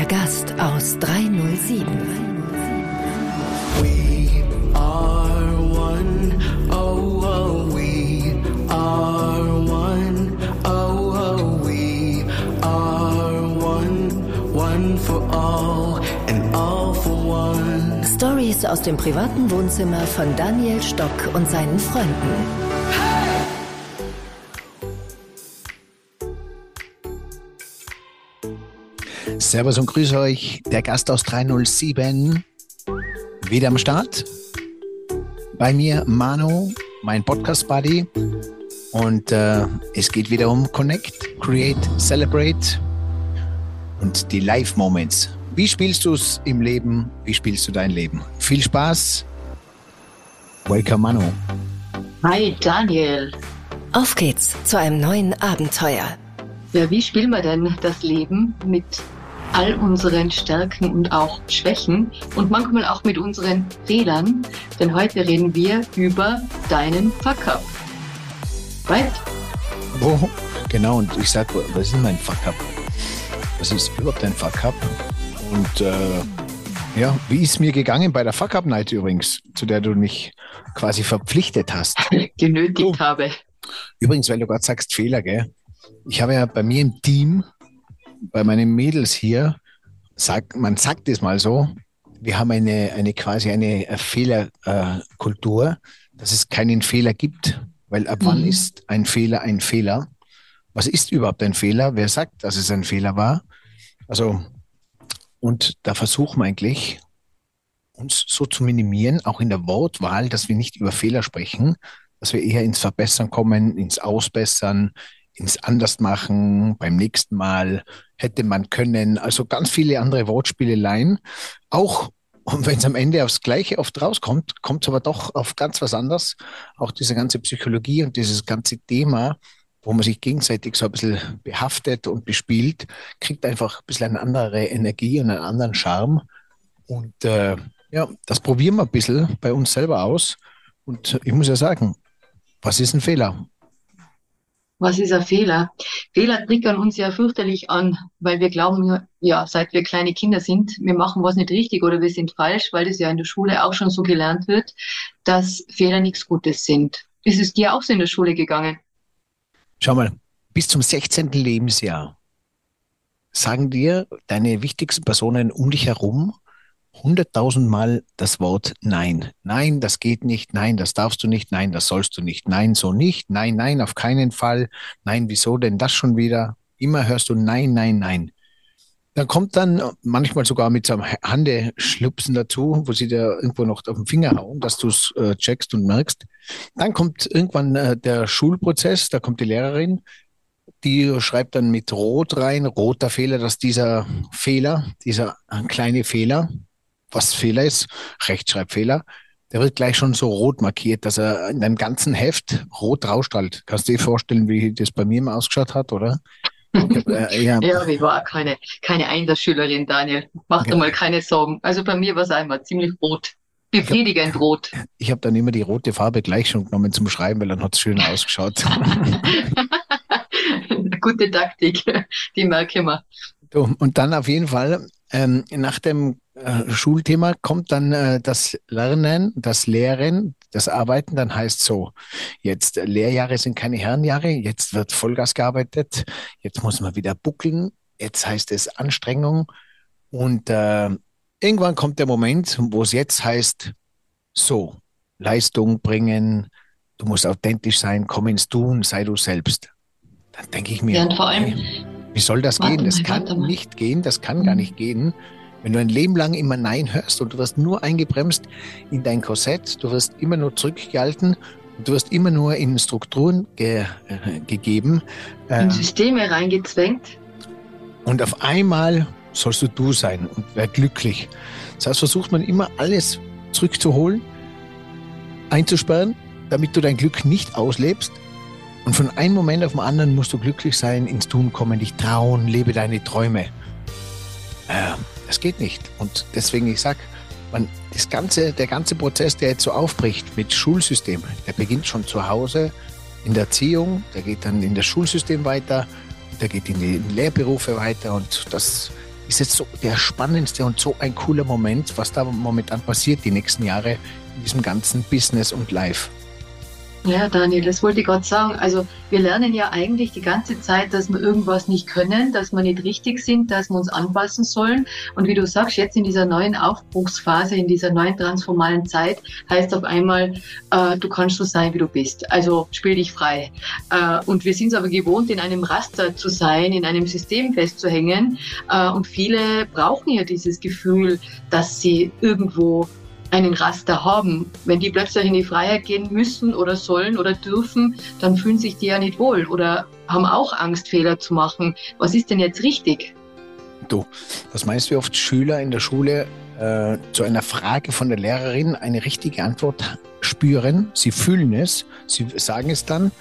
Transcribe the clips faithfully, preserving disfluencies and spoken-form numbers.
Gast aus drei null sieben. We are one, oh, oh, we are one, oh, oh, we are one, one for all and all for one. Stories aus dem privaten Wohnzimmer von Daniel Stock und seinen Freunden. Servus und grüße euch, der Gast aus drei null sieben, wieder am Start. Bei mir Manu, mein Podcast-Buddy. Und äh, es geht wieder um Connect, Create, Celebrate und die Live-Moments. Wie spielst du es im Leben? Wie spielst du dein Leben? Viel Spaß. Welcome, Manu. Hi, Daniel. Auf geht's zu einem neuen Abenteuer. Ja, wie spielen wir denn das Leben mit all unseren Stärken und auch Schwächen und manchmal auch mit unseren Fehlern? Denn heute reden wir über deinen Fuck-up. Right? Oh, genau, und ich sag, was ist mein Fuck-up? Was ist überhaupt ein Fuck-up? Und äh, ja, wie ist mir gegangen bei der Fuck-up-Night übrigens, zu der du mich quasi verpflichtet hast? Genötigt oh. habe. Übrigens, weil du gerade sagst Fehler, gell? Ich habe ja bei mir im Team, bei meinen Mädels hier, sag, man sagt es mal so, wir haben eine, eine quasi eine Fehlerkultur, äh, dass es keinen Fehler gibt, weil ab mhm. wann ist ein Fehler ein Fehler? Was ist überhaupt ein Fehler? Wer sagt, dass es ein Fehler war? Also, und da versuchen wir eigentlich, uns so zu minimieren, auch in der Wortwahl, dass wir nicht über Fehler sprechen, dass wir eher ins Verbessern kommen, ins Ausbessern, ins Andersmachen, beim nächsten Mal hätte man können, also ganz viele andere Wortspieleleien. Auch und wenn es am Ende aufs Gleiche oft rauskommt, kommt es aber doch auf ganz was anderes. Auch diese ganze Psychologie und dieses ganze Thema, wo man sich gegenseitig so ein bisschen behaftet und bespielt, kriegt einfach ein bisschen eine andere Energie und einen anderen Charme. Und äh, ja, das probieren wir ein bisschen bei uns selber aus. Und ich muss ja sagen, was ist ein Fehler? Was ist ein Fehler? Fehler triggern uns ja fürchterlich an, weil wir glauben, ja, seit wir kleine Kinder sind, wir machen was nicht richtig oder wir sind falsch, weil das ja in der Schule auch schon so gelernt wird, dass Fehler nichts Gutes sind. Ist es dir auch so in der Schule gegangen? Schau mal, bis zum sechzehnten Lebensjahr sagen dir deine wichtigsten Personen um dich herum hunderttausend Mal das Wort Nein. Nein, das geht nicht. Nein, das darfst du nicht. Nein, das sollst du nicht. Nein, so nicht. Nein, nein, auf keinen Fall. Nein, wieso denn das schon wieder? Immer hörst du Nein, nein, nein. Dann kommt dann manchmal sogar mit so einem Handeschlupsen dazu, wo sie dir irgendwo noch auf den Finger hauen, dass du es äh, checkst und merkst. Dann kommt irgendwann äh, der Schulprozess, da kommt die Lehrerin, die schreibt dann mit Rot rein, roter Fehler, dass dieser Fehler, dieser kleine Fehler, was Fehler ist, Rechtschreibfehler, der wird gleich schon so rot markiert, dass er in einem ganzen Heft rot rausstrahlt. Kannst du dir vorstellen, wie das bei mir immer ausgeschaut hat, oder? Hab, äh, ja, ja, ich war keine, keine Einserschülerin, Daniel. Mach dir ja. mal keine Sorgen. Also bei mir war es einmal ziemlich rot. Befriedigend ich rot. Hab, ich habe dann immer die rote Farbe gleich schon genommen zum Schreiben, weil dann hat es schön ausgeschaut. Gute Taktik, die merke ich mir. Und dann auf jeden Fall, ähm, nach dem äh, Schulthema kommt dann äh, das Lernen, das Lehren, das Arbeiten. Dann heißt so, jetzt äh, Lehrjahre sind keine Herrenjahre, jetzt wird Vollgas gearbeitet, jetzt muss man wieder buckeln, jetzt heißt es Anstrengung. Und äh, irgendwann kommt der Moment, wo es jetzt heißt, so, Leistung bringen, du musst authentisch sein, komm ins Tun, sei du selbst. Dann denke ich mir, ja, und vor allem, hey, wie soll das warte gehen? Das mal, kann warte mal. nicht gehen, das kann gar nicht gehen. Wenn du ein Leben lang immer Nein hörst und du wirst nur eingebremst in dein Korsett, du wirst immer nur zurückgehalten und du wirst immer nur in Strukturen ge äh, gegeben. In Äh, Systeme reingezwängt. und auf einmal sollst du du sein und wär glücklich. Das heißt, versucht man immer alles zurückzuholen, einzusperren, damit du dein Glück nicht auslebst. Und von einem Moment auf den anderen musst du glücklich sein, ins Tun kommen, dich trauen, lebe deine Träume. Äh, das geht nicht. Und deswegen, ich sag, man, das ganze, der ganze Prozess, der jetzt so aufbricht mit Schulsystem, der beginnt schon zu Hause in der Erziehung, der geht dann in das Schulsystem weiter, der geht in die Lehrberufe weiter und das ist jetzt so der spannendste und so ein cooler Moment, was da momentan passiert die nächsten Jahre in diesem ganzen Business und Life. Ja, Daniel, das wollte ich gerade sagen. Also wir lernen ja eigentlich die ganze Zeit, dass wir irgendwas nicht können, dass wir nicht richtig sind, dass wir uns anpassen sollen. Und wie du sagst, jetzt in dieser neuen Aufbruchsphase, in dieser neuen transformalen Zeit, heißt auf einmal, äh, du kannst so sein, wie du bist. Also spiel dich frei. Äh, und wir sind es aber gewohnt, in einem Raster zu sein, in einem System festzuhängen. Äh, und viele brauchen ja dieses Gefühl, dass sie irgendwo einen Raster haben. Wenn die plötzlich in die Freiheit gehen müssen oder sollen oder dürfen, dann fühlen sich die ja nicht wohl oder haben auch Angst, Fehler zu machen. Was ist denn jetzt richtig? Du, was meinst du, wie oft Schüler in der Schule äh, zu einer Frage von der Lehrerin eine richtige Antwort spüren? Sie fühlen es, sie sagen es dann.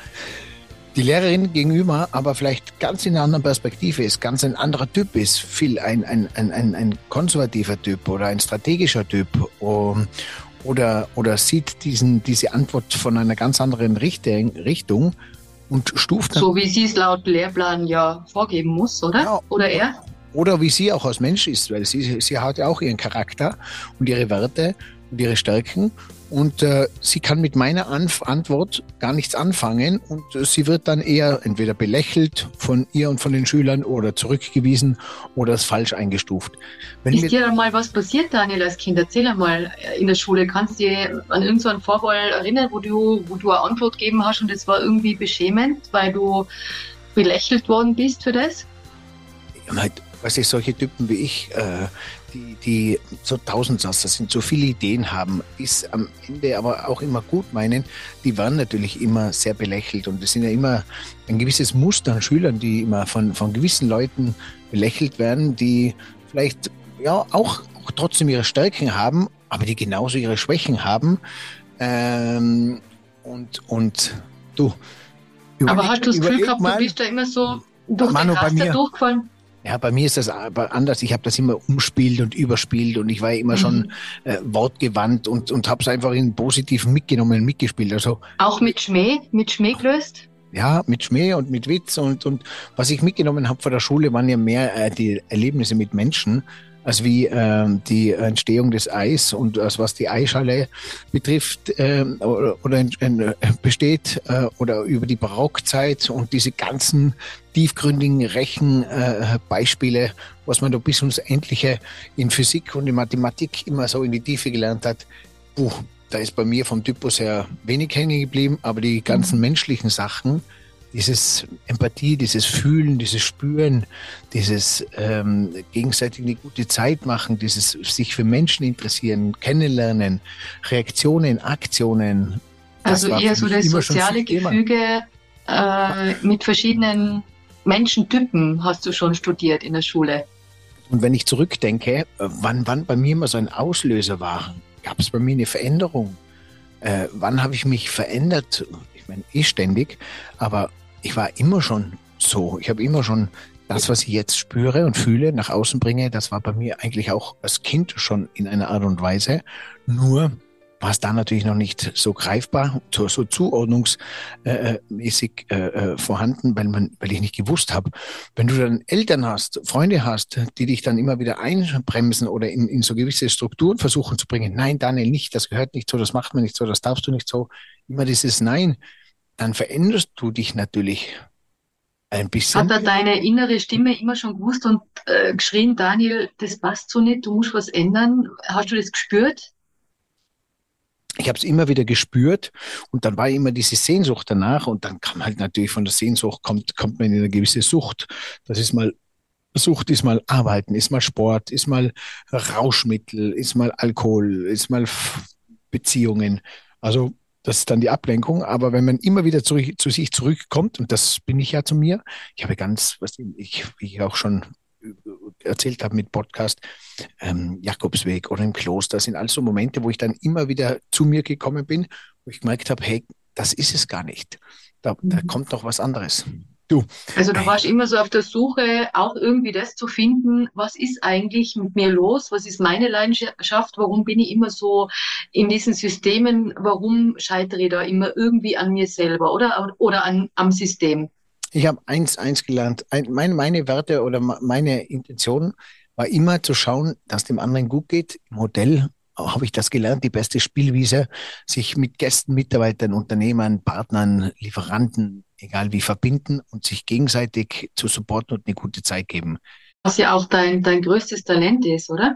Die Lehrerin gegenüber aber vielleicht ganz in einer anderen Perspektive ist, ganz ein anderer Typ ist, viel ein, ein, ein, ein, ein konservativer Typ oder ein strategischer Typ um, oder, oder sieht diesen, diese Antwort von einer ganz anderen Richtung, Richtung und stuft dann. So wie sie es laut Lehrplan ja vorgeben muss, oder? Ja, oder er? Oder wie sie auch als Mensch ist, weil sie, sie hat ja auch ihren Charakter und ihre Werte und ihre Stärken. Und äh, sie kann mit meiner Anf- Antwort gar nichts anfangen und äh, sie wird dann eher entweder belächelt von ihr und von den Schülern oder zurückgewiesen oder ist falsch eingestuft. Wenn ist dir da mal was passiert, Daniel, als Kind? Erzähl einmal in der Schule. Kannst du dich an irgendeinen Vorfall erinnern, wo du, wo du eine Antwort gegeben hast und es war irgendwie beschämend, weil du belächelt worden bist für das? Halt, was ich solche Typen wie ich, äh, die, die so Tausendsasser sind, so viele Ideen haben, ist am Ende aber auch immer gut meinen, die werden natürlich immer sehr belächelt und es sind ja immer ein gewisses Muster an Schülern, die immer von, von gewissen Leuten belächelt werden, die vielleicht ja auch, auch trotzdem ihre Stärken haben, aber die genauso ihre Schwächen haben. Ähm, und, und du. Aber hast du das Gefühl gehabt, du bist da immer so durch Manu, den Raster durchgefallen? Ja, bei mir ist das aber anders. Ich habe das immer umspielt und überspielt und ich war ja immer mhm. schon äh, wortgewandt und, und habe es einfach in Positiven mitgenommen, mitgespielt. Also, auch mit Schmäh, mit Schmäh gelöst? Ja, mit Schmäh und mit Witz. Und, und was ich mitgenommen habe von der Schule, waren ja mehr äh, die Erlebnisse mit Menschen, als wie äh, die Entstehung des Eis und als was die Eisschale betrifft äh, oder, oder äh, besteht äh, oder über die Barockzeit und diese ganzen tiefgründigen Rechenbeispiele, äh, was man da bis ins Endliche in Physik und in Mathematik immer so in die Tiefe gelernt hat. Puh, da ist bei mir vom Typus her wenig hängen geblieben, aber die ganzen mhm. menschlichen Sachen, dieses Empathie, dieses Fühlen, dieses Spüren, dieses ähm, gegenseitig eine gute Zeit machen, dieses sich für Menschen interessieren, kennenlernen, Reaktionen, Aktionen. Also eher so das soziale Gefüge äh, mit verschiedenen Menschentypen hast du schon studiert in der Schule. Und wenn ich zurückdenke, wann, wann bei mir immer so ein Auslöser war, gab es bei mir eine Veränderung. Äh, wann habe ich mich verändert? Ich meine, eh ständig, aber ich war immer schon so. Ich habe immer schon das, was ich jetzt spüre und fühle, nach außen bringe. Das war bei mir eigentlich auch als Kind schon in einer Art und Weise. Nur war es da natürlich noch nicht so greifbar, so, so zuordnungsmäßig äh, äh, vorhanden, weil man, weil ich nicht gewusst habe. Wenn du dann Eltern hast, Freunde hast, die dich dann immer wieder einbremsen oder in, in so gewisse Strukturen versuchen zu bringen. Nein, Daniel, nicht, das gehört nicht so, das macht man nicht so, das darfst du nicht so. Immer dieses Nein. Dann veränderst du dich natürlich ein bisschen. Hat da deine innere Stimme immer schon gewusst und äh, geschrien, Daniel, das passt so nicht, du musst was ändern? Hast du das gespürt? Ich habe es immer wieder gespürt und dann war immer diese Sehnsucht danach und dann kam halt natürlich von der Sehnsucht, kommt, kommt man in eine gewisse Sucht. Das ist mal, Sucht ist mal Arbeiten, ist mal Sport, ist mal Rauschmittel, ist mal Alkohol, ist mal Beziehungen. Also das ist dann die Ablenkung, aber wenn man immer wieder zurück, zu sich zurückkommt, und das bin ich ja zu mir, ich habe ganz, was ich, wie ich auch schon erzählt habe mit Podcast, ähm, Jakobsweg oder im Kloster, sind alles so Momente, wo ich dann immer wieder zu mir gekommen bin, wo ich gemerkt habe, hey, das ist es gar nicht. Da, mhm. da kommt noch was anderes. Du. Also du warst immer so auf der Suche, auch irgendwie das zu finden, was ist eigentlich mit mir los, was ist meine Leidenschaft, warum bin ich immer so in diesen Systemen, warum scheitere ich da immer irgendwie an mir selber oder, oder an, am System? Ich habe eins, eins gelernt, Ein, meine, meine Werte oder meine Intention war immer zu schauen, dass dem anderen gut geht. Im Hotel habe ich das gelernt, die beste Spielwiese, sich mit Gästen, Mitarbeitern, Unternehmern, Partnern, Lieferanten, egal wie, verbinden und sich gegenseitig zu supporten und eine gute Zeit geben. Was ja auch dein, dein größtes Talent ist, oder?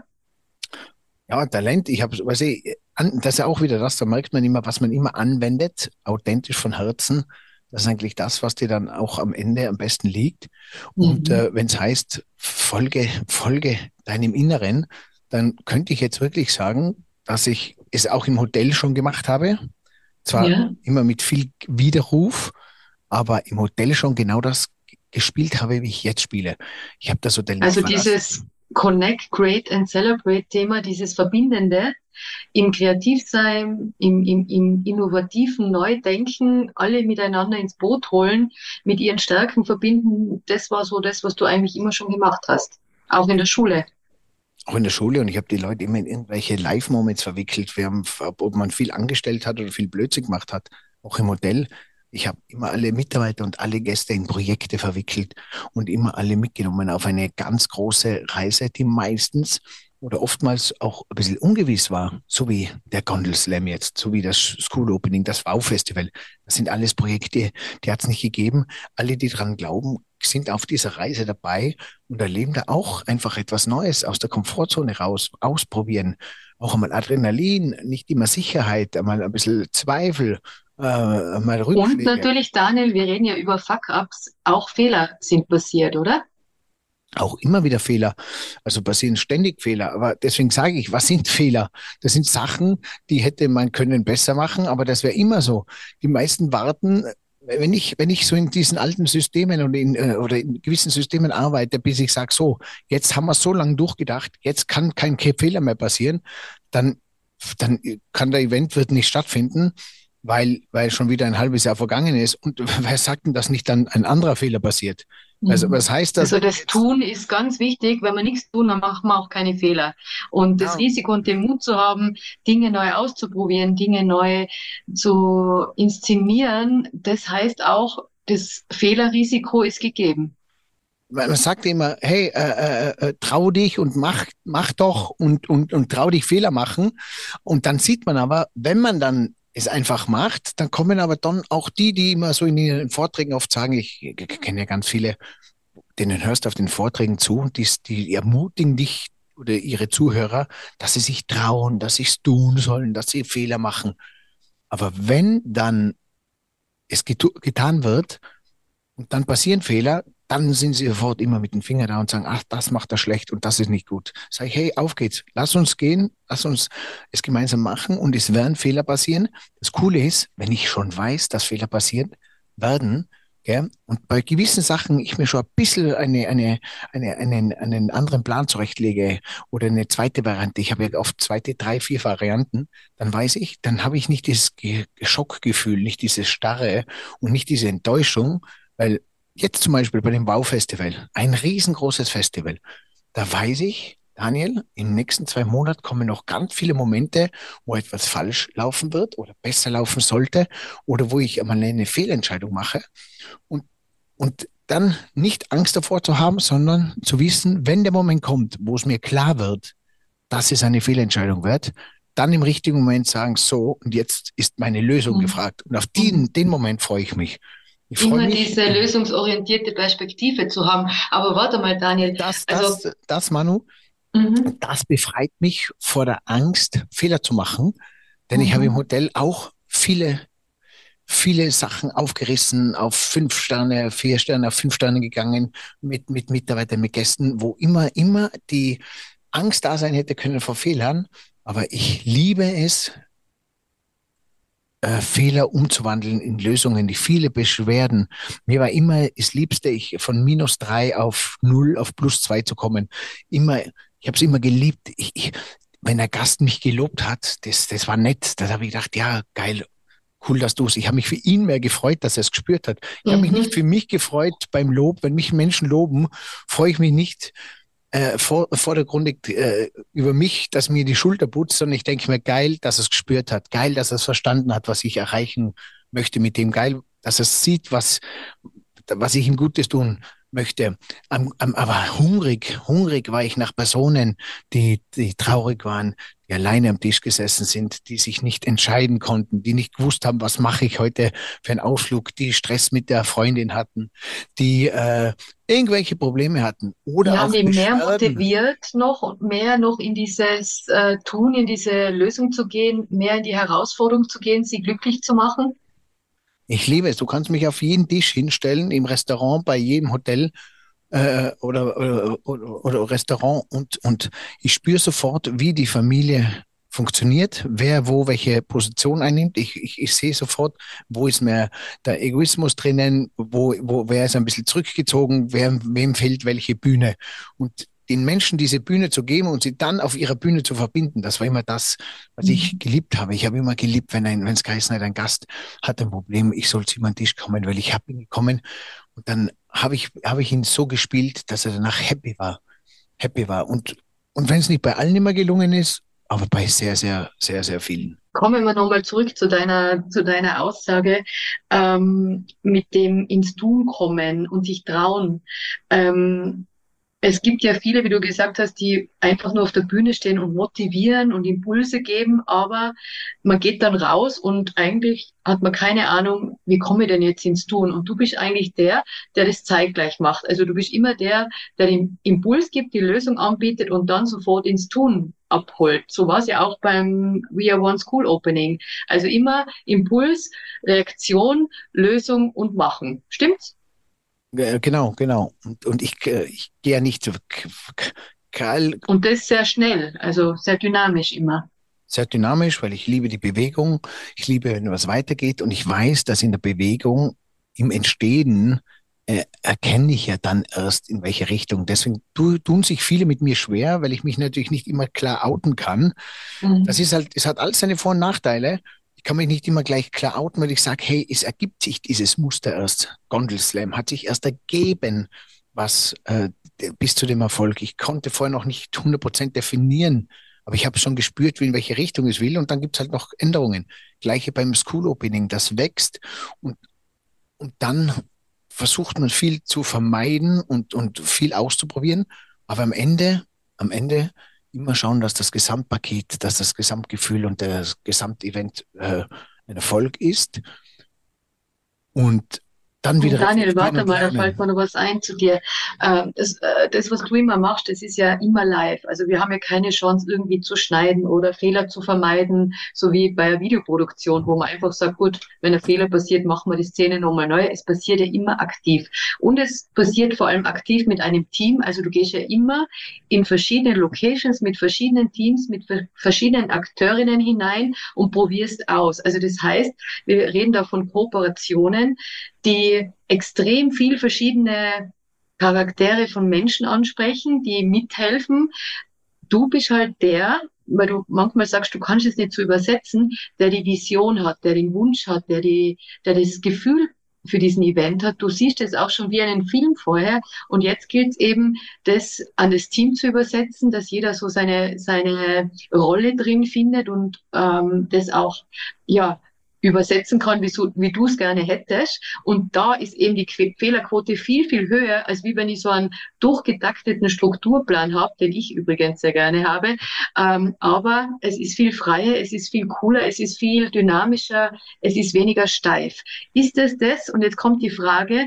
Ja, Talent, ich habe, was ich, an- das ist ja auch wieder das, da merkt man immer, was man immer anwendet, authentisch von Herzen. Das ist eigentlich das, was dir dann auch am Ende am besten liegt. Und Mhm. äh, wenn es heißt, folge, folge deinem Inneren, dann könnte ich jetzt wirklich sagen, dass ich es auch im Hotel schon gemacht habe. Zwar Ja. immer mit viel Widerruf, aber im Hotel schon genau das gespielt habe, wie ich jetzt spiele. Ich habe das Hotel nicht Also verlassen. dieses Connect, Create and Celebrate Thema, dieses Verbindende im Kreativsein, im, im, im innovativen Neudenken, alle miteinander ins Boot holen, mit ihren Stärken verbinden, das war so das, was du eigentlich immer schon gemacht hast. Auch in der Schule. Auch in der Schule, und ich habe die Leute immer in irgendwelche Live-Moments verwickelt. Wir haben, ob ob man viel angestellt hat oder viel Blödsinn gemacht hat, auch im Hotel. Ich habe immer alle Mitarbeiter und alle Gäste in Projekte verwickelt und immer alle mitgenommen auf eine ganz große Reise, die meistens oder oftmals auch ein bisschen ungewiss war, so wie der Gondelslam jetzt, so wie das School Opening, das Wow-Festival. Das sind alles Projekte, die hat es nicht gegeben. Alle, die dran glauben, sind auf dieser Reise dabei und erleben da auch einfach etwas Neues aus der Komfortzone raus, ausprobieren. Auch einmal Adrenalin, nicht immer Sicherheit, einmal ein bisschen Zweifel, äh, mal Und Rückschläge. natürlich, Daniel, wir reden ja über Fuck-ups, auch Fehler sind passiert, oder? Auch immer wieder Fehler. Also passieren ständig Fehler. Aber deswegen sage ich, was sind Fehler? Das sind Sachen, die hätte man können besser machen, aber das wäre immer so. Die meisten warten, wenn ich, wenn ich so in diesen alten Systemen und in, äh, oder in gewissen Systemen arbeite, bis ich sage, so, jetzt haben wir so lange durchgedacht, jetzt kann kein Fehler mehr passieren, dann, dann kann der Event wird nicht stattfinden, weil, weil schon wieder ein halbes Jahr vergangen ist. Und wer sagt denn, dass nicht dann ein anderer Fehler passiert? Also Mhm. was heißt das, Also wenn ich das jetzt, Tun ist ganz wichtig. Wenn wir nichts tun, dann machen wir auch keine Fehler. Und das ja, Risiko und den Mut zu haben, Dinge neu auszuprobieren, Dinge neu zu inszenieren, das heißt auch, das Fehlerrisiko ist gegeben. man sagt immer, hey, äh, äh, äh, trau dich und mach, mach doch und, und, und trau dich Fehler machen. Und dann sieht man aber, wenn man dann es einfach macht, dann kommen aber dann auch die, die immer so in ihren Vorträgen oft sagen, ich, ich kenne ja ganz viele, denen hörst du auf den Vorträgen zu, die, die ermutigen dich oder ihre Zuhörer, dass sie sich trauen, dass sie es tun sollen, dass sie Fehler machen. Aber wenn dann es getu getan wird, und dann passieren Fehler, dann sind sie sofort immer mit dem Finger da und sagen, ach, das macht er schlecht und das ist nicht gut. Sag ich, hey, auf geht's. Lass uns gehen, lass uns es gemeinsam machen und es werden Fehler passieren. Das Coole ist, wenn ich schon weiß, dass Fehler passieren werden, gell, und bei gewissen Sachen ich mir schon ein bisschen eine, eine, eine, einen, einen anderen Plan zurechtlege oder eine zweite Variante, ich habe ja oft zweite, drei, vier Varianten, dann weiß ich, dann habe ich nicht dieses Ge Schockgefühl, nicht dieses Starre und nicht diese Enttäuschung, weil jetzt zum Beispiel bei dem Wow-Festival, ein riesengroßes Festival, da weiß ich, Daniel, in den nächsten zwei Monaten kommen noch ganz viele Momente, wo etwas falsch laufen wird oder besser laufen sollte oder wo ich einmal eine Fehlentscheidung mache. Und, und dann nicht Angst davor zu haben, sondern zu wissen, wenn der Moment kommt, wo es mir klar wird, dass es eine Fehlentscheidung wird, dann im richtigen Moment sagen, so, und jetzt ist meine Lösung Mhm. gefragt. Und auf Mhm. den, den Moment freue ich mich. Ich freue Immer mich, diese lösungsorientierte Perspektive zu haben. Aber warte mal, Daniel. das, Also, das, das, Manu, mhm, das befreit mich vor der Angst, Fehler zu machen. Denn ich habe im mhm. Hotel auch viele, viele Sachen aufgerissen, auf fünf Sterne, vier Sterne, auf fünf Sterne gegangen, mit, mit Mitarbeitern, mit Gästen, wo immer, immer die Angst da sein hätte können vor Fehlern. Aber ich liebe es, äh, Fehler umzuwandeln in Lösungen, die viele Beschwerden. Mir war immer das Liebste, ich von minus drei auf null auf plus zwei zu kommen. Immer, ich habe es immer geliebt. Ich, ich, wenn der Gast mich gelobt hat, das, das war nett. Da habe ich gedacht, ja, geil, cool, dass du es. Ich habe mich für ihn mehr gefreut, dass er es gespürt hat. Ich habe mich nicht Mhm. für mich gefreut beim Lob. Wenn mich Menschen loben, freue ich mich nicht äh, vor, vordergründig äh, über mich, dass mir die Schulter putzt, sondern ich denke mir, geil, dass er es gespürt hat, geil, dass er es verstanden hat, was ich erreichen möchte mit dem, geil, dass er sieht, was, was ich ihm Gutes tun möchte. Am, am, aber hungrig, hungrig war ich nach Personen, die, die traurig waren, die alleine am Tisch gesessen sind, die sich nicht entscheiden konnten, die nicht gewusst haben, was mache ich heute für einen Ausflug, die Stress mit der Freundin hatten, die äh, irgendwelche Probleme hatten oder Ja, auch die mehr Beschwerden. motiviert noch und mehr noch in dieses äh, Tun, in diese Lösung zu gehen, mehr in die Herausforderung zu gehen, sie glücklich zu machen. Ich liebe es. Du kannst mich auf jeden Tisch hinstellen, im Restaurant, bei jedem Hotel äh, oder, oder, oder, oder Restaurant und, und ich spüre sofort, wie die Familie funktioniert, wer wo welche Position einnimmt. Ich, ich, ich sehe sofort, wo ist mehr der Egoismus drinnen, wo, wo wer ist ein bisschen zurückgezogen, wer, wem fehlt welche Bühne. Und den Menschen diese Bühne zu geben und sie dann auf ihrer Bühne zu verbinden, das war immer das, was ich Mhm. geliebt habe. Ich habe immer geliebt, wenn ein, wenn es geheißen hat, ein Gast hat ein Problem, ich soll zu ihm an den Tisch kommen, weil ich habe ihn gekommen und dann habe ich, habe ich ihn so gespielt, dass er danach happy war, happy war. Und, und wenn es nicht bei allen immer gelungen ist, aber bei sehr, sehr, sehr, sehr vielen. Kommen wir nochmal zurück zu deiner, zu deiner Aussage, ähm, mit dem ins Tun kommen und sich trauen. Ähm, Es gibt ja viele, wie du gesagt hast, die einfach nur auf der Bühne stehen und motivieren und Impulse geben, aber man geht dann raus und eigentlich hat man keine Ahnung, wie komme ich denn jetzt ins Tun? Und du bist eigentlich der, der das zeitgleich macht. Also du bist immer der, der den Impuls gibt, die Lösung anbietet und dann sofort ins Tun abholt. So war es ja auch beim We Are One School Opening. Also immer Impuls, Reaktion, Lösung und Machen. Stimmt's? Äh, Genau, genau. Und, und ich, äh, ich gehe ja nicht so k- k- Karl, Und das sehr schnell, also sehr dynamisch immer. sehr dynamisch, weil ich liebe die Bewegung. Ich liebe, wenn was weitergeht. Und ich weiß, dass in der Bewegung, im Entstehen, äh, erkenne ich ja dann erst, in welche Richtung. Deswegen tu, tun sich viele mit mir schwer, weil ich mich natürlich nicht immer klar outen kann. Das Mhm. ist halt, es hat alles seine Vor- und Nachteile. Ich kann mich nicht immer gleich klar outen, weil ich sage, hey, es ergibt sich dieses Muster erst. Gondelslam hat sich erst ergeben, was äh, bis zu dem Erfolg. Ich konnte vorher noch nicht hundert Prozent definieren, aber ich habe schon gespürt, wie in welche Richtung es will. Und dann gibt es halt noch Änderungen. Gleiche beim School Opening, das wächst und, und dann versucht man viel zu vermeiden und, und viel auszuprobieren. Aber am Ende, am Ende immer schauen, dass das Gesamtpaket, dass das Gesamtgefühl und das Gesamtevent äh, ein Erfolg ist und dann Und wieder Daniel, reflektieren warte und mal, da fällt mir lernen. noch was ein zu dir. Ähm, das, äh, das, was du immer machst, das ist ja immer live. Also wir haben ja keine Chance, irgendwie zu schneiden oder Fehler zu vermeiden, so wie bei einer Videoproduktion, wo man einfach sagt, gut, wenn ein Fehler passiert, machen wir die Szene nochmal neu. Es passiert ja immer aktiv. Und es passiert vor allem aktiv mit einem Team. Also du gehst ja immer in verschiedene Locations mit verschiedenen Teams, mit ver- verschiedenen Akteurinnen hinein und probierst aus. Also das heißt, wir reden da von Kooperationen, die extrem viel verschiedene Charaktere von Menschen ansprechen, die mithelfen. Du bist halt der, weil du manchmal sagst, du kannst es nicht so übersetzen, der die Vision hat, der den Wunsch hat, der die, der das Gefühl für diesen Event hat. Du siehst es auch schon wie einen Film vorher. Und jetzt gilt es eben, das an das Team zu übersetzen, dass jeder so seine, seine Rolle drin findet und ähm, das auch, ja, übersetzen kann, wie, so, wie du es gerne hättest. Und da ist eben die Que- Fehlerquote viel, viel höher, als wie wenn ich so einen durchgetakteten Strukturplan habe, den ich übrigens sehr gerne habe. Ähm, aber es ist viel freier, es ist viel cooler, es ist viel dynamischer, es ist weniger steif. Ist es das? Und jetzt kommt die Frage,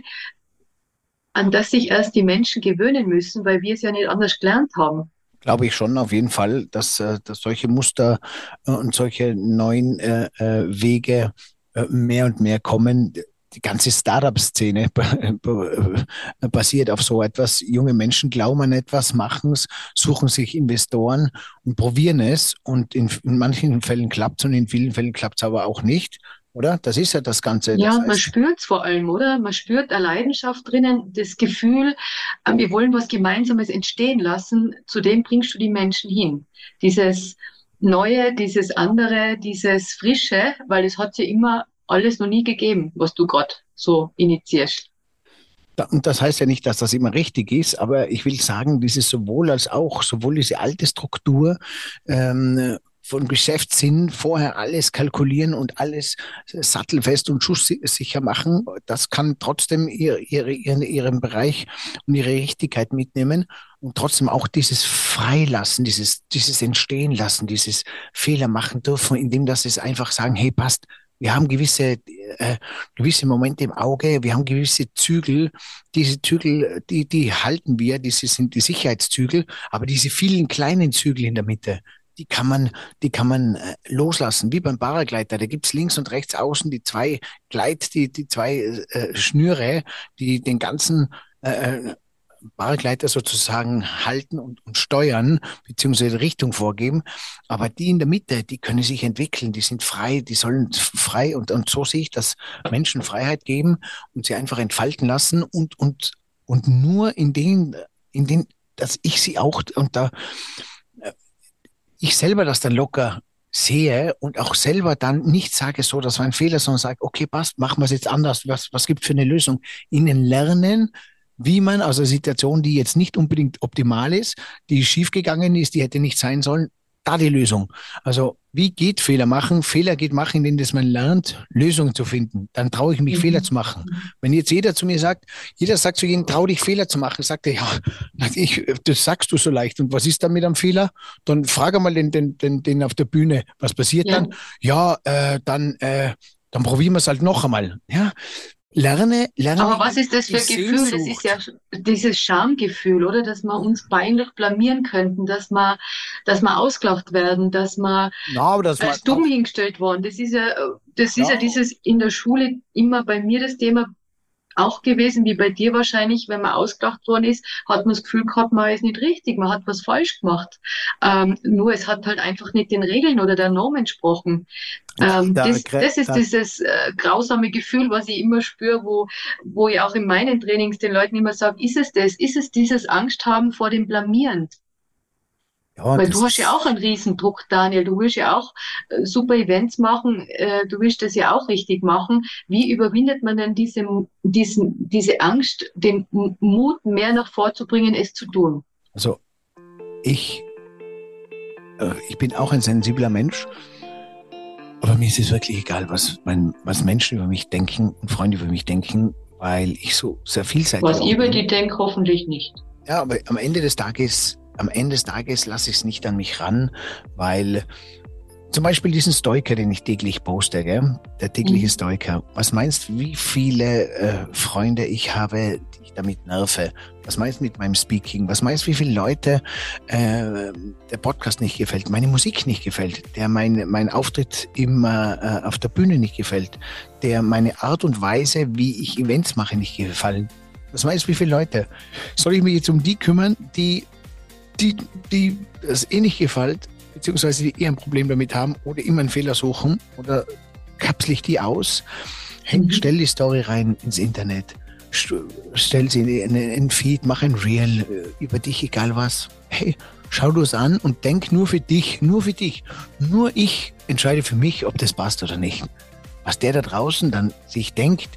an das sich erst die Menschen gewöhnen müssen, weil wir es ja nicht anders gelernt haben. Glaube ich schon auf jeden Fall, dass, äh, dass solche Muster äh, und solche neuen äh, äh, Wege äh, mehr und mehr kommen. Die ganze Startup-Szene basiert auf so etwas. Junge Menschen glauben an etwas, machen es, suchen sich Investoren und probieren es. Und in, in manchen Fällen klappt es und in vielen Fällen klappt es aber auch nicht, oder? Das ist ja das Ganze. Ja, Das und man heißt, spürt es vor allem, oder? Man spürt eine Leidenschaft drinnen, das Gefühl, äh, wir wollen was Gemeinsames entstehen lassen. Zu dem bringst du die Menschen hin. Dieses Neue, dieses andere, dieses Frische, weil es hat ja immer alles noch nie gegeben, was du gerade so initiierst. Da- Und das heißt ja nicht, dass das immer richtig ist, aber ich will sagen, dieses sowohl als auch, sowohl diese alte Struktur ähm, von Geschäftssinn vorher alles kalkulieren und alles sattelfest und schusssicher machen. Das kann trotzdem ihr, ihre, ihren, ihren Bereich und ihre Richtigkeit mitnehmen und trotzdem auch dieses Freilassen, dieses, dieses Entstehen lassen, dieses Fehler machen dürfen, indem dass es einfach sagen, hey, passt, wir haben gewisse, äh, gewisse Momente im Auge, wir haben gewisse Zügel. Diese Zügel, die, die halten wir, diese sind die Sicherheitszügel, aber diese vielen kleinen Zügel in der Mitte, die kann man, die kann man äh, loslassen, wie beim Paragleiter. Da gibt's links und rechts außen die zwei Gleit, die, die zwei äh, Schnüre, die den ganzen äh, Paragleiter sozusagen halten und, und steuern, beziehungsweise Richtung vorgeben. Aber die in der Mitte, die können sich entwickeln, die sind frei, die sollen frei und, und so sehe ich, dass Menschen Freiheit geben und sie einfach entfalten lassen und, und, und nur in den, in den, dass ich sie auch, und da, ich selber das dann locker sehe und auch selber dann nicht sage, so, das war ein Fehler, sondern sage, okay, passt, machen wir es jetzt anders, was, was gibt für eine Lösung? Ihnen lernen, wie man aus einer Situation, die jetzt nicht unbedingt optimal ist, die schiefgegangen ist, die hätte nicht sein sollen, da die Lösung. Also wie geht Fehler machen? Fehler geht machen, indem dass man lernt, Lösungen zu finden. Dann traue ich mich, mhm. Fehler zu machen. Wenn jetzt jeder zu mir sagt, jeder sagt zu jedem, trau dich, Fehler zu machen, sagt er, ja, ich, das sagst du so leicht. Und was ist dann mit einem Fehler? Dann frage mal den, den, den, den auf der Bühne, was passiert ja. dann? Ja, äh, dann, äh, dann probieren wir es halt noch einmal. Ja. Lerne, lerne. Aber was ist das für ein Gefühl? Sehnsucht. Das ist ja dieses Schamgefühl, oder? Dass wir uns peinlich blamieren könnten, dass wir, dass wir ausgelacht werden, dass wir ja, das als dumm auch hingestellt worden. Das ist ja, das ja. ist ja dieses in der Schule immer bei mir das Thema auch gewesen, wie bei dir wahrscheinlich, wenn man ausgelacht worden ist, hat man das Gefühl gehabt, man ist nicht richtig, man hat was falsch gemacht. Ähm, nur es hat halt einfach nicht den Regeln oder der Norm entsprochen. Ähm, da, das, das ist da. dieses äh, grausame Gefühl, was ich immer spüre, wo, wo ich auch in meinen Trainings den Leuten immer sage, ist es das? Ist es dieses Angst haben vor dem Blamieren? Ja, weil du hast ja auch einen Riesendruck, Daniel. Du willst ja auch äh, super Events machen. Äh, du willst das ja auch richtig machen. Wie überwindet man denn diese, diesen, diese Angst, den Mut mehr nach vorzubringen, es zu tun? Also ich, äh, ich bin auch ein sensibler Mensch. Aber mir ist es wirklich egal, was, mein, was Menschen über mich denken und Freunde über mich denken, weil ich so sehr vielseitig bin. Was ich über die denke, hoffentlich nicht. Ja, aber am Ende des Tages Am Ende des Tages lasse ich es nicht an mich ran, weil zum Beispiel diesen Stoiker, den ich täglich poste, gell? Der tägliche mhm. Stoiker. Was meinst du, wie viele äh, Freunde ich habe, die ich damit nerve? Was meinst du mit meinem Speaking? Was meinst du, wie viele Leute äh, der Podcast nicht gefällt, meine Musik nicht gefällt, der mein, mein Auftritt immer äh, auf der Bühne nicht gefällt, der meine Art und Weise, wie ich Events mache, nicht gefallen? Was meinst du, wie viele Leute? Soll ich mich jetzt um die kümmern, die die, die das eh nicht gefällt, beziehungsweise die eher ein Problem damit haben oder immer einen Fehler suchen oder kapsel ich die aus, häng, mhm. stell die Story rein ins Internet, stell sie in einen Feed, mach ein Reel über dich, egal was. Hey, schau du es an und denk nur für dich, nur für dich. Nur ich entscheide für mich, ob das passt oder nicht. Was der da draußen dann sich denkt,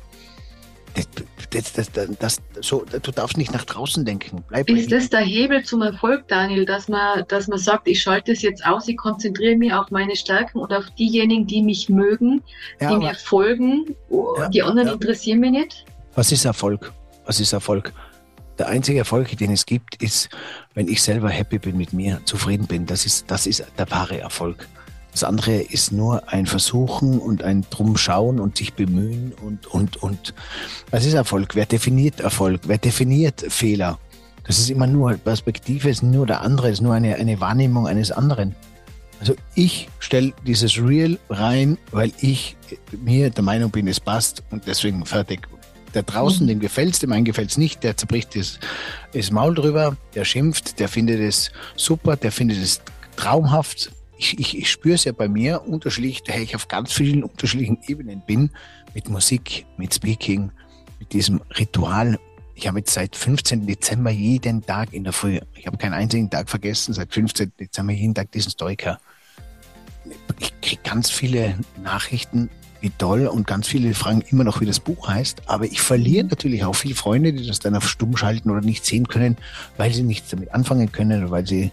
Das, das, das, das, so, du darfst nicht nach draußen denken. Bleib ist das der Hebel zum Erfolg, Daniel, dass man, dass man sagt, ich schalte es jetzt aus, ich konzentriere mich auf meine Stärken und auf diejenigen, die mich mögen, ja, die aber, mir folgen, ja, die anderen ja. interessieren mich nicht? Was ist Erfolg? Was ist Erfolg? Der einzige Erfolg, den es gibt, ist, wenn ich selber happy bin mit mir, zufrieden bin. Das ist, das ist der wahre Erfolg. Das andere ist nur ein Versuchen und ein Drumschauen und sich bemühen und, und, und. Was ist Erfolg? Wer definiert Erfolg? Wer definiert Fehler? Das ist immer nur Perspektive, ist nur der andere, ist nur eine, eine Wahrnehmung eines anderen. Also ich stelle dieses Reel rein, weil ich mir der Meinung bin, es passt und deswegen fertig. Der draußen, dem gefällt's, dem einen gefällt's nicht, der zerbricht das, das Maul drüber, der schimpft, der findet es super, der findet es traumhaft. Ich, ich, ich spüre es ja bei mir unterschiedlich, daher ich auf ganz vielen unterschiedlichen Ebenen bin, mit Musik, mit Speaking, mit diesem Ritual. Ich habe jetzt seit fünfzehnten Dezember jeden Tag in der Früh, ich habe keinen einzigen Tag vergessen, seit fünfzehnten Dezember jeden Tag diesen Stoiker. Ich kriege ganz viele Nachrichten, wie toll, und ganz viele fragen immer noch, wie das Buch heißt, aber ich verliere natürlich auch viele Freunde, die das dann auf Stumm schalten oder nicht sehen können, weil sie nichts damit anfangen können oder weil sie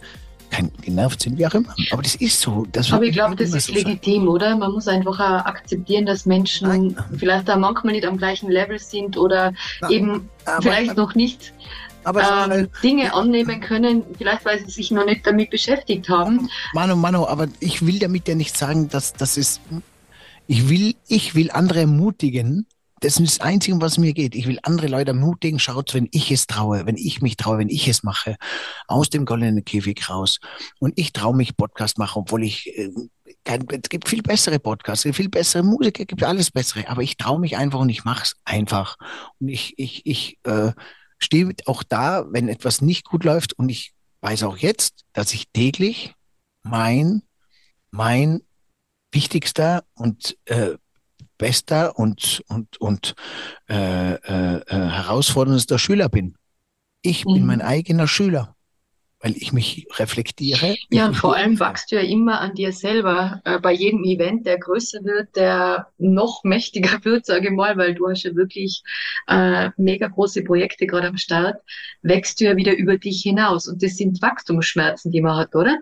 kein, genervt sind, wie auch immer. Aber das ist so. Das Aber wird ich glaube, nicht das immer ist so sein. legitim, oder? Man muss einfach auch akzeptieren, dass Menschen Nein. vielleicht auch manchmal nicht am gleichen Level sind oder Na, eben aber, vielleicht noch nicht aber schau ähm, mal, Dinge annehmen können, vielleicht weil sie sich noch nicht damit beschäftigt haben. Manu, Manu, aber ich will damit ja nicht sagen, dass das ist. Ich will, ich will andere ermutigen. Das ist das Einzige, was mir geht. Ich will andere Leute ermutigen. Schaut, wenn ich es traue, wenn ich mich traue, wenn ich es mache, aus dem goldenen Käfig raus. Und ich traue mich Podcast machen, obwohl ich, äh, kein, es gibt viel bessere Podcasts, es gibt viel bessere Musiker, es gibt alles bessere. Aber ich traue mich einfach und ich mache es einfach. Und ich, ich, ich äh, stehe auch da, wenn etwas nicht gut läuft. Und ich weiß auch jetzt, dass ich täglich mein, mein wichtigster und äh, bester und, und, und äh, äh, äh, herausforderndster Schüler bin. Ich bin mein Mhm. eigener Schüler, weil ich mich reflektiere, Ja, ich und mich vor allem beobachte. wachst du ja immer an dir selber. Äh, bei jedem Event, der größer wird, der noch mächtiger wird, sage ich mal, weil du hast ja wirklich äh, mega große Projekte gerade am Start, wächst du ja wieder über dich hinaus. Und das sind Wachstumsschmerzen, die man hat, oder?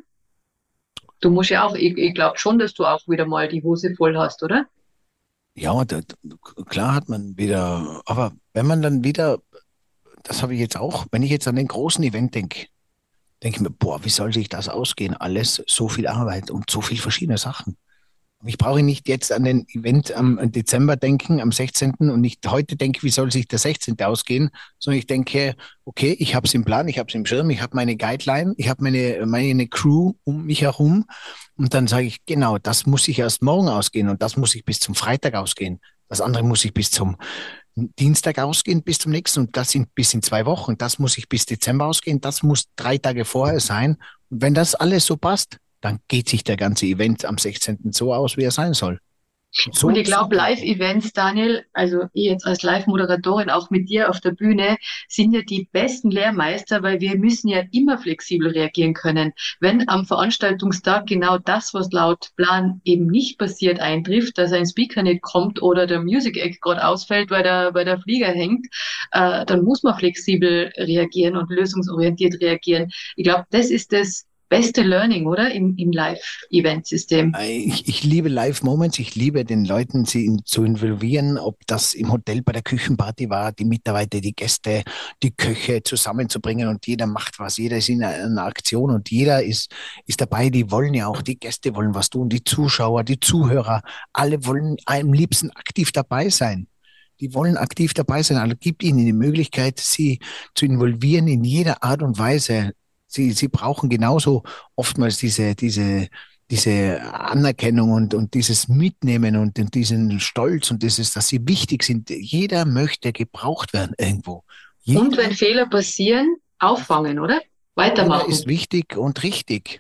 Du musst ja auch, ich, ich glaube schon, dass du auch wieder mal die Hose voll hast, oder? Ja, da, klar hat man wieder, aber wenn man dann wieder, das habe ich jetzt auch, wenn ich jetzt an den großen Event denke, denke ich mir, boah, wie soll sich das ausgehen? Alles, so viel Arbeit und so viel verschiedene Sachen. Ich brauche nicht jetzt an den Event am Dezember denken, am sechzehnten und nicht heute denke, wie soll sich der sechzehnte ausgehen, sondern ich denke, okay, ich habe es im Plan, ich habe es im Schirm, ich habe meine Guideline, ich habe meine, meine Crew um mich herum und dann sage ich, genau, das muss ich erst morgen ausgehen und das muss ich bis zum Freitag ausgehen. Das andere muss ich bis zum Dienstag ausgehen, bis zum nächsten und das sind bis in zwei Wochen. Das muss ich bis Dezember ausgehen, das muss drei Tage vorher sein. Und wenn das alles so passt, dann geht sich der ganze Event am sechzehnten so aus, wie er sein soll. Und Und so, ich so glaube, geht er. Live-Events, Daniel, also ich jetzt als Live-Moderatorin, auch mit dir auf der Bühne, sind ja die besten Lehrmeister, weil wir müssen ja immer flexibel reagieren können. Wenn am Veranstaltungstag genau das, was laut Plan eben nicht passiert, eintrifft, dass ein Speaker nicht kommt oder der Music Act gerade ausfällt, weil der, weil der Flieger hängt, äh, dann muss man flexibel reagieren und lösungsorientiert reagieren. Ich glaube, das ist das beste Learning, oder? Im, im Live-Event-System. Ich, ich liebe Live-Moments, ich liebe den Leuten, sie in, zu involvieren, ob das im Hotel bei der Küchenparty war, die Mitarbeiter, die Gäste, die Köche zusammenzubringen und jeder macht was, jeder ist in einer, einer Aktion und jeder ist, ist dabei, die wollen ja auch, die Gäste wollen was tun, die Zuschauer, die Zuhörer, alle wollen am liebsten aktiv dabei sein. Die wollen aktiv dabei sein, also gibt ihnen die Möglichkeit, sie zu involvieren in jeder Art und Weise. Sie, sie brauchen genauso oftmals diese, diese, diese Anerkennung und, und dieses Mitnehmen und, und diesen Stolz und dieses, dass sie wichtig sind. Jeder möchte gebraucht werden irgendwo. Und wenn Jeder, Fehler passieren, auffangen, oder? jeder ist Weitermachen. wichtig und richtig.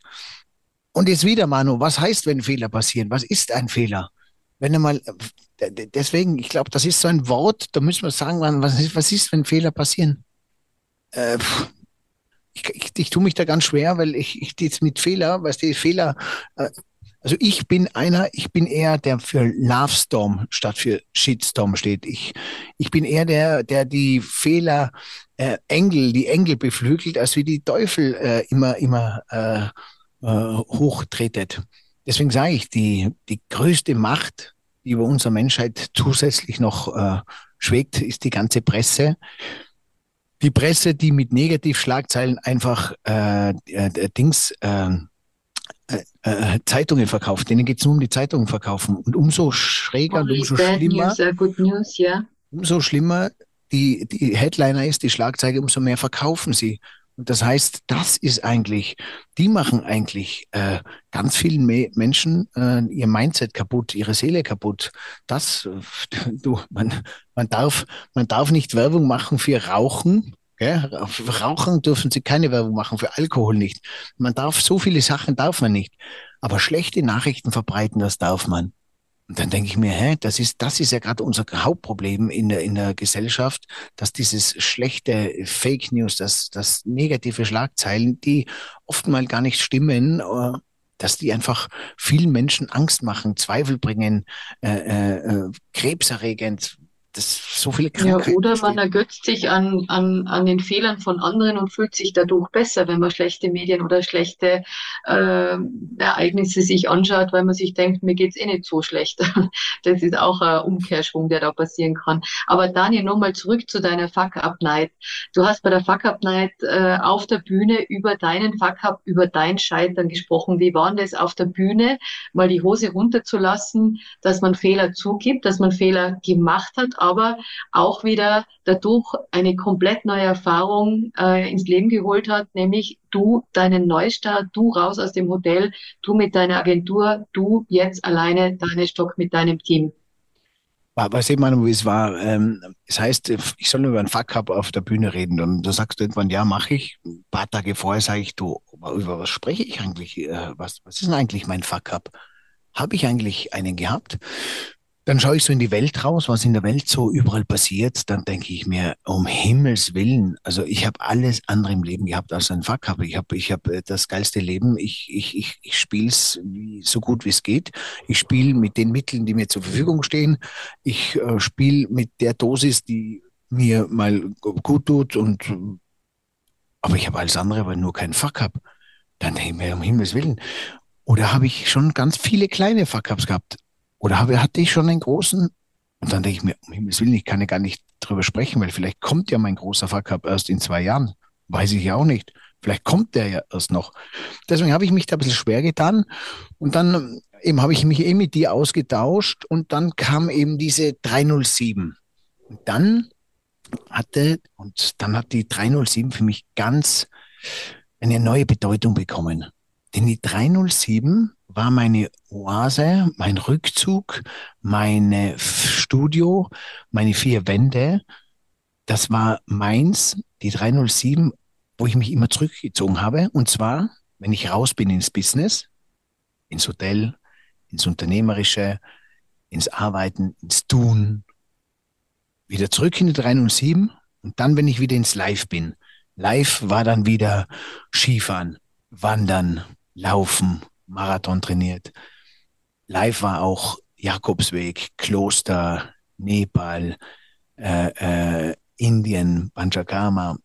Und jetzt wieder, Manu, was heißt, wenn Fehler passieren? Was ist ein Fehler? Wenn einmal, deswegen, ich glaube, das ist so ein Wort, da müssen wir sagen, was ist, was ist, wenn Fehler passieren? Äh, ich, ich, ich tue mich da ganz schwer, weil ich, ich jetzt mit Fehler, weißt du, Fehler, äh, also ich bin einer, ich bin eher der für Love Storm statt für Shitstorm steht. Ich, ich bin eher der, der die Fehler äh, Engel, die Engel beflügelt, als wie die Teufel äh, immer, immer äh, äh, hochtretet. Deswegen sage ich, die, die größte Macht, die über unsere Menschheit zusätzlich noch äh, schwebt, ist die ganze Presse. Die Presse, die mit Negativschlagzeilen einfach äh, äh, Dings äh, äh, äh, Zeitungen verkauft. Denen geht es nur um die Zeitungen verkaufen. Und umso schräger und Only umso bad schlimmer, news are good news, ja. umso schlimmer die, die Headliner ist, die Schlagzeile, umso mehr verkaufen sie. Und das heißt, das ist eigentlich, die machen eigentlich äh, ganz vielen Me Menschen äh, ihr Mindset kaputt, ihre Seele kaputt. Das, äh, du, man, man darf, man darf nicht Werbung machen für Rauchen. Gell? Für Rauchen dürfen sie keine Werbung machen, für Alkohol nicht. Man darf, so viele Sachen darf man nicht. Aber schlechte Nachrichten verbreiten, das darf man. Und dann denke ich mir, hä, das ist, das ist ja gerade unser Hauptproblem in der, in der Gesellschaft, dass dieses schlechte Fake News, dass, dass negative Schlagzeilen, die oftmals gar nicht stimmen, äh, dass die einfach vielen Menschen Angst machen, Zweifel bringen, äh, äh, äh, krebserregend. das so viele Ja, Krankheiten oder man entstehen. ergötzt sich an, an, an den Fehlern von anderen und fühlt sich dadurch besser, wenn man schlechte Medien oder schlechte äh, Ereignisse sich anschaut, weil man sich denkt, mir geht's eh nicht so schlecht. Das ist auch ein Umkehrschwung, der da passieren kann. Aber Daniel, nochmal zurück zu deiner Fuck-Up-Night. Du hast bei der Fuck-Up-Night äh, auf der Bühne über deinen Fuck-Up, über dein Scheitern gesprochen. Wie war denn das auf der Bühne, mal die Hose runterzulassen, dass man Fehler zugibt, dass man Fehler gemacht hat, aber auch wieder dadurch eine komplett neue Erfahrung äh, ins Leben geholt hat, nämlich du deinen Neustart, du raus aus dem Hotel, du mit deiner Agentur, du jetzt alleine deinen Stock mit deinem Team. Wa- Was ich meine, wie es war, ähm, es heißt, ich soll über einen Fuck-up auf der Bühne reden und du sagst irgendwann, ja, mache ich. Ein paar Tage vorher sage ich, du, aber über was spreche ich eigentlich? Äh, was, was ist denn eigentlich mein Fuck-up? Habe ich eigentlich einen gehabt? Dann schaue ich so in die Welt raus, was in der Welt so überall passiert. Dann denke ich mir, um Himmels Willen, also ich habe alles andere im Leben gehabt als ein Fuck-up. Ich habe ich hab äh, das geilste Leben. Ich, ich, ich, ich spiele es so gut wie es geht. Ich spiele mit den Mitteln, die mir zur Verfügung stehen. Ich äh, spiele mit der Dosis, die mir mal gut tut. Und, aber ich habe alles andere, aber nur kein Fuck-up. Dann denke ich mir, um Himmels Willen. Oder habe ich schon ganz viele kleine Fuck-ups gehabt? Oder habe, hatte ich schon einen großen? Und dann denke ich mir, um Himmels Willen, ich kann ja gar nicht drüber sprechen, weil vielleicht kommt ja mein großer Fuck-up erst in zwei Jahren. Weiß ich ja auch nicht. Vielleicht kommt der ja erst noch. Deswegen habe ich mich da ein bisschen schwer getan. Und dann ähm, eben habe ich mich eh mit dir ausgetauscht und dann kam eben diese drei null sieben. Und dann hatte, und dann hat die drei null sieben für mich ganz eine neue Bedeutung bekommen. Denn die drei null sieben war meine Oase, mein Rückzug, mein Studio, meine vier Wände. Das war meins, die drei null sieben, wo ich mich immer zurückgezogen habe. Und zwar, wenn ich raus bin ins Business, ins Hotel, ins Unternehmerische, ins Arbeiten, ins Tun, wieder zurück in die drei null sieben und dann, wenn ich wieder ins Live bin. Live war dann wieder Skifahren, Wandern, Laufen, Marathon trainiert. Live war auch Jakobsweg, Kloster, Nepal, äh, äh, Indien, Panchakama.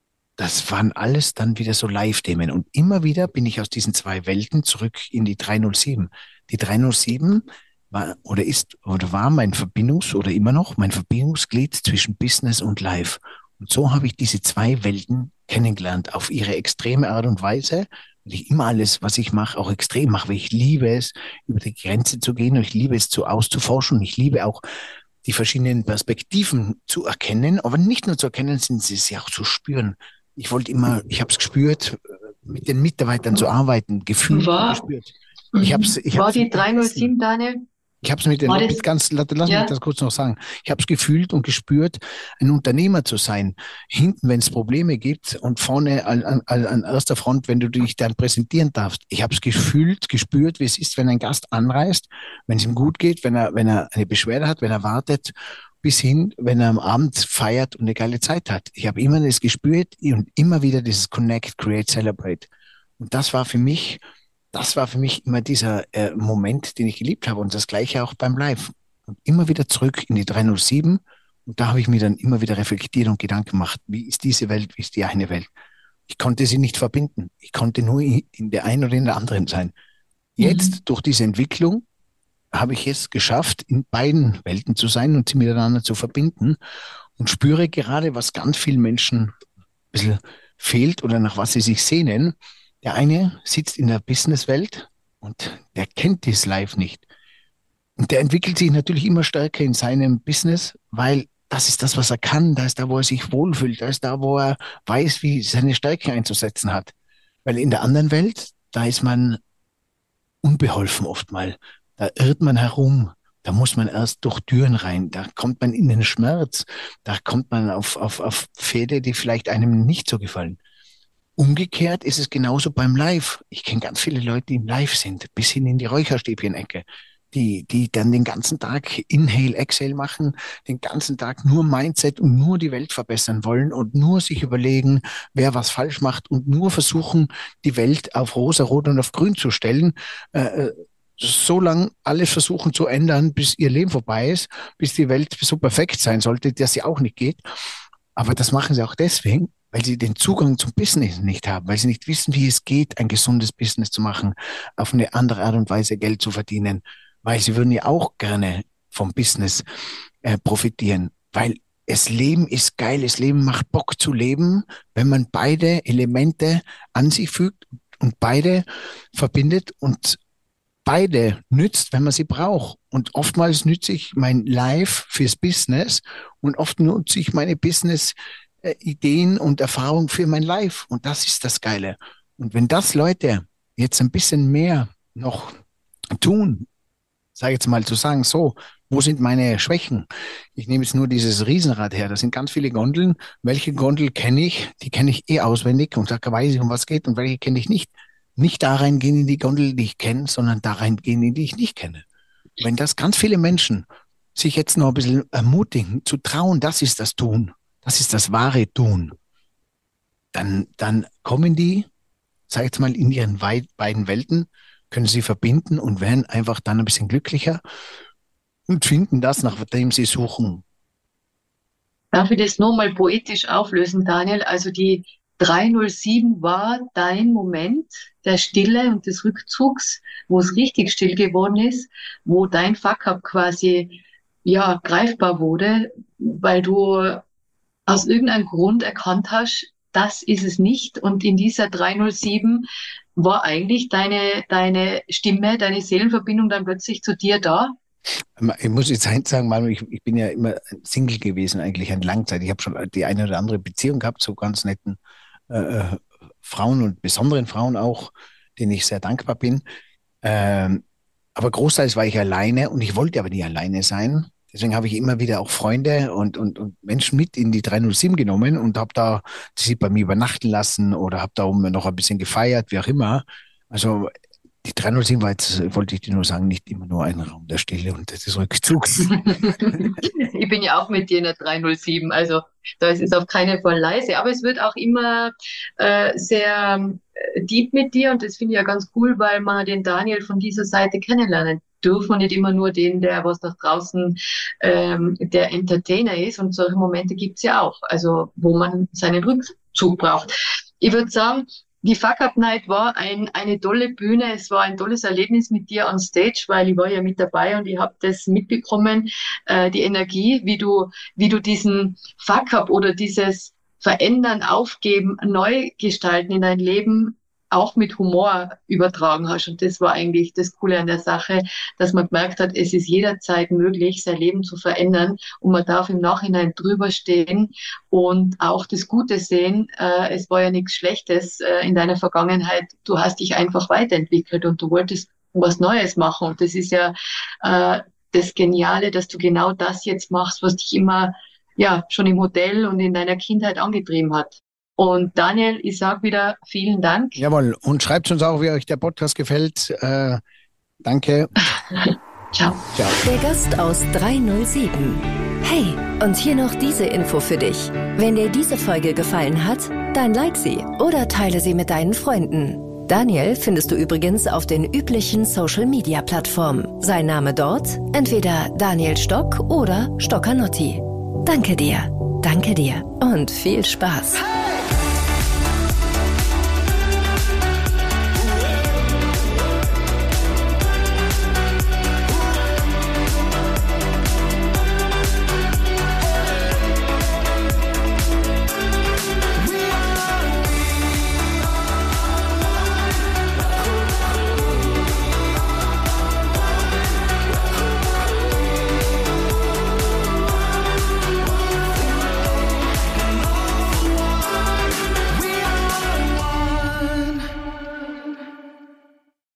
Das waren alles dann wieder so Live-Themen. Und immer wieder bin ich aus diesen zwei Welten zurück in die drei null sieben. Die drei null sieben war oder ist oder war mein Verbindungs- oder immer noch mein Verbindungsglied zwischen Business und Live. Und so habe ich diese zwei Welten kennengelernt auf ihre extreme Art und Weise, weil ich immer alles, was ich mache, auch extrem mache, weil ich liebe es, über die Grenze zu gehen und ich liebe es zu auszuforschen und ich liebe auch die verschiedenen Perspektiven zu erkennen, aber nicht nur zu erkennen, sind sie es ja auch zu spüren. Ich wollte immer, ich habe es gespürt, mit den Mitarbeitern zu arbeiten, gefühlt und War, gespürt. Ich habe es ich war hab's die nicht vergessen. drei null sieben, Daniel? Ich habe es mit den, War mit das, ganz, lass lass mich ja? das kurz noch sagen. Ich habe es gefühlt und gespürt, ein Unternehmer zu sein. Hinten, wenn es Probleme gibt und vorne an, an, an erster Front, wenn du dich dann präsentieren darfst. Ich habe es gefühlt, gespürt, wie es ist, wenn ein Gast anreist, wenn es ihm gut geht, wenn er, wenn er eine Beschwerde hat, wenn er wartet, bis hin, wenn er am Abend feiert und eine geile Zeit hat. Ich habe immer das gespürt und immer wieder dieses Connect, Create, Celebrate. Und das war für mich das war für mich immer dieser äh, Moment, den ich geliebt habe. Und das Gleiche auch beim Live. Und immer wieder zurück in die drei null sieben. Und da habe ich mir dann immer wieder reflektiert und Gedanken gemacht, wie ist diese Welt, wie ist die eine Welt? Ich konnte sie nicht verbinden. Ich konnte nur in der einen oder in der anderen sein. Jetzt, Mhm. durch diese Entwicklung, habe ich es geschafft, in beiden Welten zu sein und sie miteinander zu verbinden. Und spüre gerade, was ganz vielen Menschen ein bisschen fehlt oder nach was sie sich sehnen. Der eine sitzt in der Businesswelt und der kennt das Live nicht. Und der entwickelt sich natürlich immer stärker in seinem Business, weil das ist das, was er kann. Da ist da, wo er sich wohlfühlt. Da ist da, wo er weiß, wie seine Stärke einzusetzen hat. Weil in der anderen Welt, da ist man unbeholfen oft mal. Da irrt man herum. Da muss man erst durch Türen rein. Da kommt man in den Schmerz. Da kommt man auf, auf, auf Pfade, die vielleicht einem nicht so gefallen. Umgekehrt ist es genauso beim Live. Ich kenne ganz viele Leute, die im Live sind, bis hin in die Räucherstäbchen-Ecke, die, die dann den ganzen Tag Inhale, Exhale machen, den ganzen Tag nur Mindset und nur die Welt verbessern wollen und nur sich überlegen, wer was falsch macht und nur versuchen, die Welt auf rosa, rot und auf grün zu stellen. Äh, so lange alles versuchen zu ändern, bis ihr Leben vorbei ist, bis die Welt so perfekt sein sollte, dass sie auch nicht geht. Aber das machen sie auch deswegen, weil sie den Zugang zum Business nicht haben, weil sie nicht wissen, wie es geht, ein gesundes Business zu machen, auf eine andere Art und Weise Geld zu verdienen, weil sie würden ja auch gerne vom Business äh, profitieren, weil das Leben ist geil, das Leben macht Bock zu leben, wenn man beide Elemente an sich fügt und beide verbindet und beide nützt, wenn man sie braucht. Und oftmals nütze ich mein Life fürs Business und oft nutze ich meine Business-Ideen und Erfahrungen für mein Life. Und das ist das Geile. Und wenn das Leute jetzt ein bisschen mehr noch tun, sage jetzt mal zu sagen, so, wo sind meine Schwächen? Ich nehme jetzt nur dieses Riesenrad her. Da sind ganz viele Gondeln. Welche Gondel kenne ich? Die kenne ich eh auswendig und da weiß ich, um was geht und welche kenne ich nicht. Nicht da reingehen in die Gondel, die ich kenne, sondern da reingehen, in die ich nicht kenne. Wenn das ganz viele Menschen sich jetzt noch ein bisschen ermutigen, zu trauen, das ist das Tun, das ist das wahre Tun, dann, dann kommen die, sag ich jetzt mal, in ihren wei- beiden Welten, können sie verbinden und werden einfach dann ein bisschen glücklicher und finden das, nach dem sie suchen. Darf ich das nochmal poetisch auflösen, Daniel? Also die dreihundertsieben war dein Moment der Stille und des Rückzugs, wo es richtig still geworden ist, wo dein Fuck-up quasi ja greifbar wurde, weil du aus irgendeinem Grund erkannt hast, das ist es nicht. Und in dieser dreihundertsieben war eigentlich deine, deine Stimme, deine Seelenverbindung dann plötzlich zu dir da. Ich muss jetzt eins sagen, Manu, ich, ich bin ja immer Single gewesen, eigentlich eine Langzeit. Ich habe schon die eine oder andere Beziehung gehabt zu ganz netten äh, Frauen und besonderen Frauen auch, denen ich sehr dankbar bin. Ähm, aber großteils war ich alleine und ich wollte aber nie alleine sein. Deswegen habe ich immer wieder auch Freunde und, und, und Menschen mit in die dreihundertsieben genommen und habe da sie bei mir übernachten lassen oder habe da oben noch ein bisschen gefeiert, wie auch immer. Also die dreihundertsieben war jetzt, wollte ich dir nur sagen, nicht immer nur ein Raum der Stille und des Rückzugs. Ich bin ja auch mit dir in der dreihundertsieben, also da ist es auf keinen Fall leise, aber es wird auch immer äh, sehr äh, deep mit dir und das finde ich ja ganz cool, weil man den Daniel von dieser Seite kennenlernen dürfen und nicht immer nur den, der was nach draußen ähm, der Entertainer ist und solche Momente gibt's ja auch, also wo man seinen Rückzug braucht. Ich würde sagen, die Fuck-Up-Night war ein, eine tolle Bühne. Es war ein tolles Erlebnis mit dir on Stage, weil ich war ja mit dabei und ich habe das mitbekommen, äh, die Energie, wie du, wie du diesen Fuck-Up oder dieses Verändern, Aufgeben, neu gestalten in dein Leben auch mit Humor übertragen hast. Und das war eigentlich das Coole an der Sache, dass man gemerkt hat, es ist jederzeit möglich, sein Leben zu verändern und man darf im Nachhinein drüber stehen und auch das Gute sehen. Äh, es war ja nichts Schlechtes äh, in deiner Vergangenheit. Du hast dich einfach weiterentwickelt und du wolltest was Neues machen. Und das ist ja äh, das Geniale, dass du genau das jetzt machst, was dich immer ja schon im Hotel und in deiner Kindheit angetrieben hat. Und Daniel, ich sage wieder vielen Dank. Jawohl, und schreibt uns auch, wie euch der Podcast gefällt. Äh, danke. Ciao. Ciao. Der Gast aus dreihundertsieben. Hey, und hier noch diese Info für dich. Wenn dir diese Folge gefallen hat, dann like sie oder teile sie mit deinen Freunden. Daniel findest du übrigens auf den üblichen Social-Media-Plattformen. Sein Name dort entweder Daniel Stock oder Stockanotti. Danke dir, danke dir und viel Spaß.